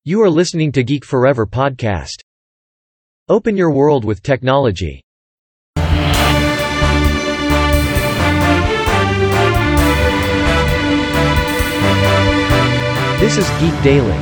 You are listening to Geek Forever podcast. Open your world with technology. This is Geek Daily.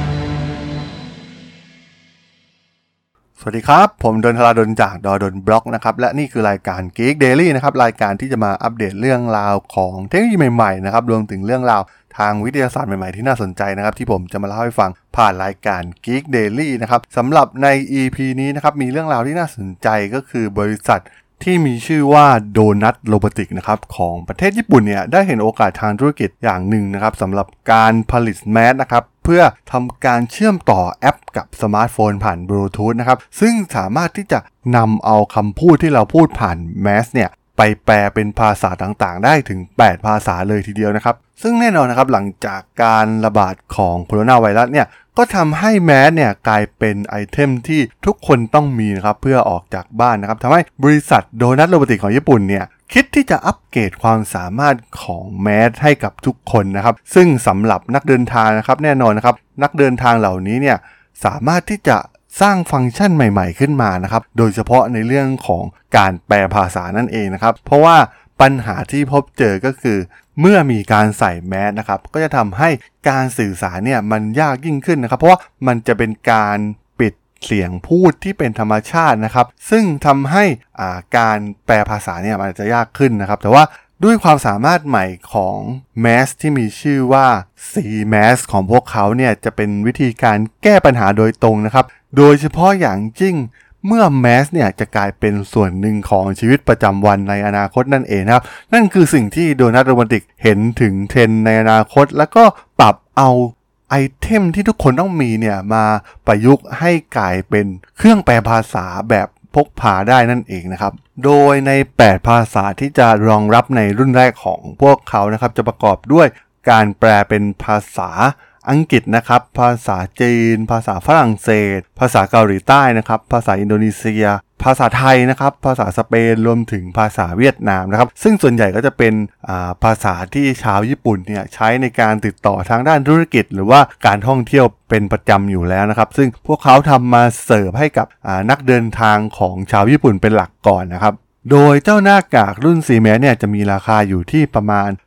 สวัสดีครับผมดนทราดลจากดนบล็อกนะครับและนี่คือรายการ Geek Daily นะครับรายการที่จะมาอัปเดตเรื่องราวของเทคโนโลยีใหม่ๆนะครับรวมถึงเรื่องราวทางวิทยาศาสตร์ใหม่ๆที่น่าสนใจนะครับที่ผมจะมาเล่าให้ฟังผ่านรายการ Geek Daily นะครับสำหรับใน EP นี้นะครับมีเรื่องราวที่น่าสนใจก็คือบริษัทที่มีชื่อว่าโดนัทโรบอติกนะครับของประเทศญี่ปุ่นเนี่ยได้เห็นโอกาสทางธุรกิจอย่างหนึ่งนะครับสำหรับการผลิตแมสนะครับเพื่อทำการเชื่อมต่อแอปกับสมาร์ทโฟนผ่านบลูทูธนะครับซึ่งสามารถที่จะนำเอาคำพูดที่เราพูดผ่านแมสเนี่ยไปแปลเป็นภาษาต่างๆได้ถึง8ภาษาเลยทีเดียวนะครับซึ่งแน่นอนนะครับหลังจากการระบาดของโคโรนาไวรัสเนี่ยก็ทำให้แมสเนี่ยกลายเป็นไอเทมที่ทุกคนต้องมีนะครับเพื่อออกจากบ้านนะครับทำให้บริษัทโดนัทโรบอติกของญี่ปุ่นเนี่ยคิดที่จะอัปเกรดความสามารถของแมสให้กับทุกคนนะครับซึ่งสำหรับนักเดินทางนะครับแน่นอนนะครับนักเดินทางเหล่านี้เนี่ยสามารถที่จะสร้างฟังก์ชันใหม่ๆขึ้นมานะครับโดยเฉพาะในเรื่องของการแปลภาษานั่นเองนะครับเพราะว่าปัญหาที่พบเจอก็คือเมื่อมีการใส่แมสนะครับก็จะทำให้การสื่อสารเนี่ยมันยากยิ่งขึ้นนะครับเพราะว่ามันจะเป็นการปิดเสียงพูดที่เป็นธรรมชาตินะครับซึ่งทำให้การแปลภาษาเนี่ยมันจะยากขึ้นนะครับแต่ว่าด้วยความสามารถใหม่ของแมสที่มีชื่อว่า C-Mask ของพวกเขาเนี่ยจะเป็นวิธีการแก้ปัญหาโดยตรงนะครับโดยเฉพาะอย่างยิ่งเมื่อแมสเนี่ยจะกลายเป็นส่วนหนึ่งของชีวิตประจำวันในอนาคตนั่นเองครับนั่นคือสิ่งที่โดนัทโรบอติกเห็นถึงเทรนด์ในอนาคตแล้วก็ปรับเอาไอเทมที่ทุกคนต้องมีเนี่ยมาประยุกต์ให้กลายเป็นเครื่องแปลภาษาแบบพกพาได้นั่นเองนะครับโดยใน8ภาษาที่จะรองรับในรุ่นแรกของพวกเขานะครับจะประกอบด้วยการแปลเป็นภาษาอังกฤษนะครับภาษาจีนภาษาฝรั่งเศสภาษาเกาหลีใต้นะครับภาษาอินโดนีเซียภาษาไทยนะครับภาษาสเปนรวมถึงภาษาเวียดนามนะครับซึ่งส่วนใหญ่ก็จะเป็นภาษาที่ชาวญี่ปุ่นเนี่ยใช้ในการติดต่อทางด้านธุรกิจหรือว่าการท่องเที่ยวเป็นประจำอยู่แล้วนะครับซึ่งพวกเขาทำมาเสิร์ฟให้กับนักเดินทางของชาวญี่ปุ่นเป็นหลักก่อนนะครับโดยเจ้าหน้ากากรุ่น C-Mask เนี่ยจะมีราคาอยู่ที่ประมาณ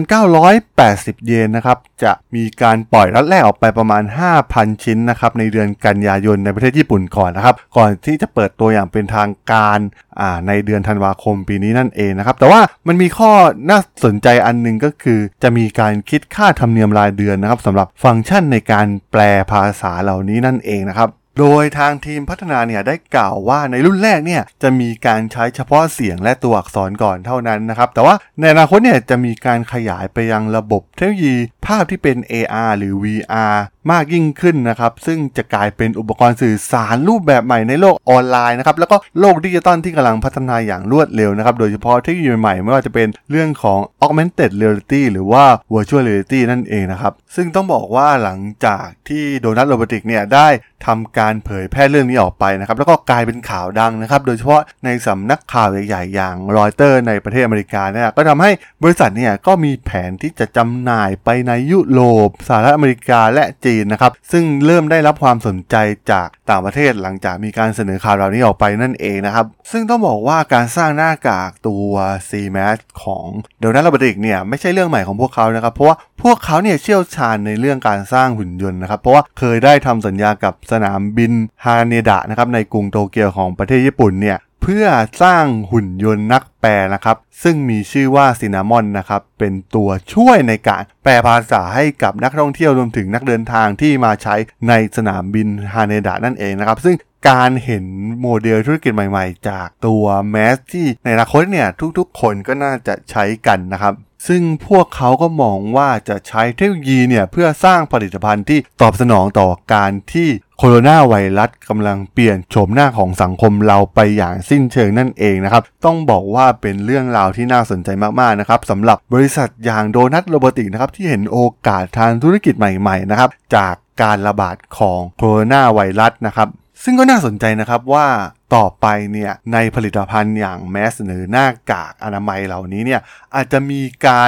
3,980 เยนนะครับจะมีการปล่อยล็อตแรกออกไปประมาณ 5,000 ชิ้นนะครับในเดือนกันยายนในประเทศญี่ปุ่นก่อนนะครับก่อนที่จะเปิดตัวอย่างเป็นทางการในเดือนธันวาคมปีนี้นั่นเองนะครับแต่ว่ามันมีข้อน่าสนใจอันนึงก็คือจะมีการคิดค่าธรรมเนียมรายเดือนนะครับสำหรับฟังก์ชันในการแปลภาษาเหล่านี้นั่นเองนะครับโดยทางทีมพัฒนาเนี่ยได้กล่าวว่าในรุ่นแรกเนี่ยจะมีการใช้เฉพาะเสียงและตัวอักษรก่อนเท่านั้นนะครับแต่ว่าในอนาคตเนี่ยจะมีการขยายไปยังระบบเทคโนโลยีภาพที่เป็น AR หรือ VR มากยิ่งขึ้นนะครับซึ่งจะกลายเป็นอุปกรณ์สื่อสารรูปแบบใหม่ในโลกออนไลน์นะครับแล้วก็โลกดิจิตอลที่กำลังพัฒนาอย่างรวดเร็วนะครับโดยเฉพาะเทคโนโลยีใหม่ไม่ว่าจะเป็นเรื่องของ Augmented Reality หรือว่า Virtual Reality นั่นเองนะครับซึ่งต้องบอกว่าหลังจากที่โดนัทโรบอติกเนี่ยได้ทำการเผยแพร่เรื่องนี้ออกไปนะครับแล้วก็กลายเป็นข่าวดังนะครับโดยเฉพาะในสำนักข่าวใหญ่ๆอย่างรอยเตอร์ในประเทศอเมริกาเนี่ยก็ทำให้บริษัทเนี่ยก็มีแผนที่จะจำหน่ายไปในยุโรปสหรัฐอเมริกาและจีนนะครับซึ่งเริ่มได้รับความสนใจจากต่างประเทศหลังจากมีการเสนอข่าวเหล่านี้ออกไปนั่นเองนะครับซึ่งต้องบอกว่าการสร้างหน้ากากตัว C-Mask ของโดนัทโรบอติกเนี่ยไม่ใช่เรื่องใหม่ของพวกเขานะครับเพราะว่าพวกเขาเนี่ยเชี่ยวชาญในเรื่องการสร้างหุ่นยนต์นะครับเพราะว่าเคยได้ทำสัญญากับสนามบินฮาเนดะนะครับในกรุงโตเกียวของประเทศญี่ปุ่นเนี่ยเพื่อสร้างหุ่นยนต์นักแปลนะครับซึ่งมีชื่อว่าซินนามอนนะครับเป็นตัวช่วยในการแปลภาษาให้กับนักท่องเที่ยวรวมถึงนักเดินทางที่มาใช้ในสนามบินฮาเนดะนั่นเองนะครับซึ่งการเห็นโมเดลธุรกิจใหม่ๆจากตัวแมสที่ในอนาคตเนี่ยทุกๆคนก็น่าจะใช้กันนะครับซึ่งพวกเขาก็มองว่าจะใช้เทคโนโลยีเนี่ยเพื่อสร้างผลิตภัณฑ์ที่ตอบสนองต่อการที่โคโรนาไวรัสกำลังเปลี่ยนโฉมหน้าของสังคมเราไปอย่างสิ้นเชิงนั่นเองนะครับต้องบอกว่าเป็นเรื่องราวที่น่าสนใจมากๆนะครับสำหรับบริษัทอย่างโดนัทโรบอติกนะครับที่เห็นโอกาสทางธุรกิจใหม่ๆนะครับจากการระบาดของโคโรนาไวรัสนะครับซึ่งก็น่าสนใจนะครับว่าต่อไปเนี่ยในผลิตภัณฑ์อย่างแมสหรือหน้ากากอนามัยเหล่านี้เนี่ยอาจจะมีการ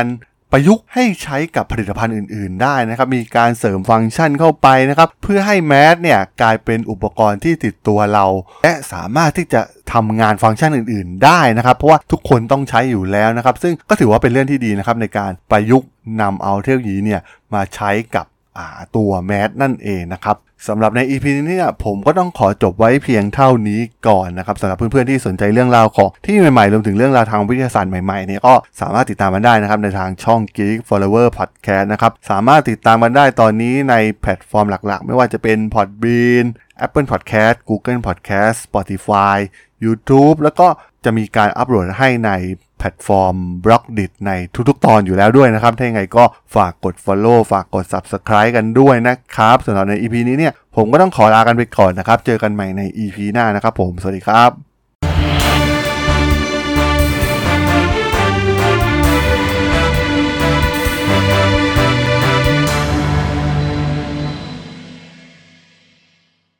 ประยุกต์ให้ใช้กับผลิตภัณฑ์อื่นๆได้นะครับมีการเสริมฟังก์ชันเข้าไปนะครับเพื่อให้แมสเนี่ยกลายเป็นอุปกรณ์ที่ติดตัวเราและสามารถที่จะทำงานฟังก์ชันอื่นๆได้นะครับเพราะว่าทุกคนต้องใช้อยู่แล้วนะครับซึ่งก็ถือว่าเป็นเรื่องที่ดีนะครับในการประยุกต์นำเอาเทคโนโลยีเนี่ยมาใช้กับตัวแมสนั่นเองนะครับสำหรับใน EP นี้เนี่ยผมก็ต้องขอจบไว้เพียงเท่านี้ก่อนนะครับสำหรับเพื่อนๆที่สนใจเรื่องราวของที่ใหม่ๆรวมถึงเรื่องราวทางวิทยาศาสตร์ใหม่ๆเนี่ยก็สามารถติดตามมันได้นะครับในทางช่อง Geek Flower Podcast นะครับสามารถติดตามมันได้ตอนนี้ในแพลตฟอร์มหลักๆไม่ว่าจะเป็น Podbean Apple Podcast Google Podcast Spotify YouTube แล้วก็จะมีการอัปโหลดให้ในแพลตฟอร์ม Blockdit ในทุกๆตอนอยู่แล้วด้วยนะครับถ้าอย่างไรก็ฝากกด Follow ฝากกด Subscribe กันด้วยนะครับสำหรับใน EP นี้เนี่ยผมก็ต้องขอลากันไปก่อนนะครับเจอกันใหม่ใน EP หน้านะครับผมสวัสดีครับ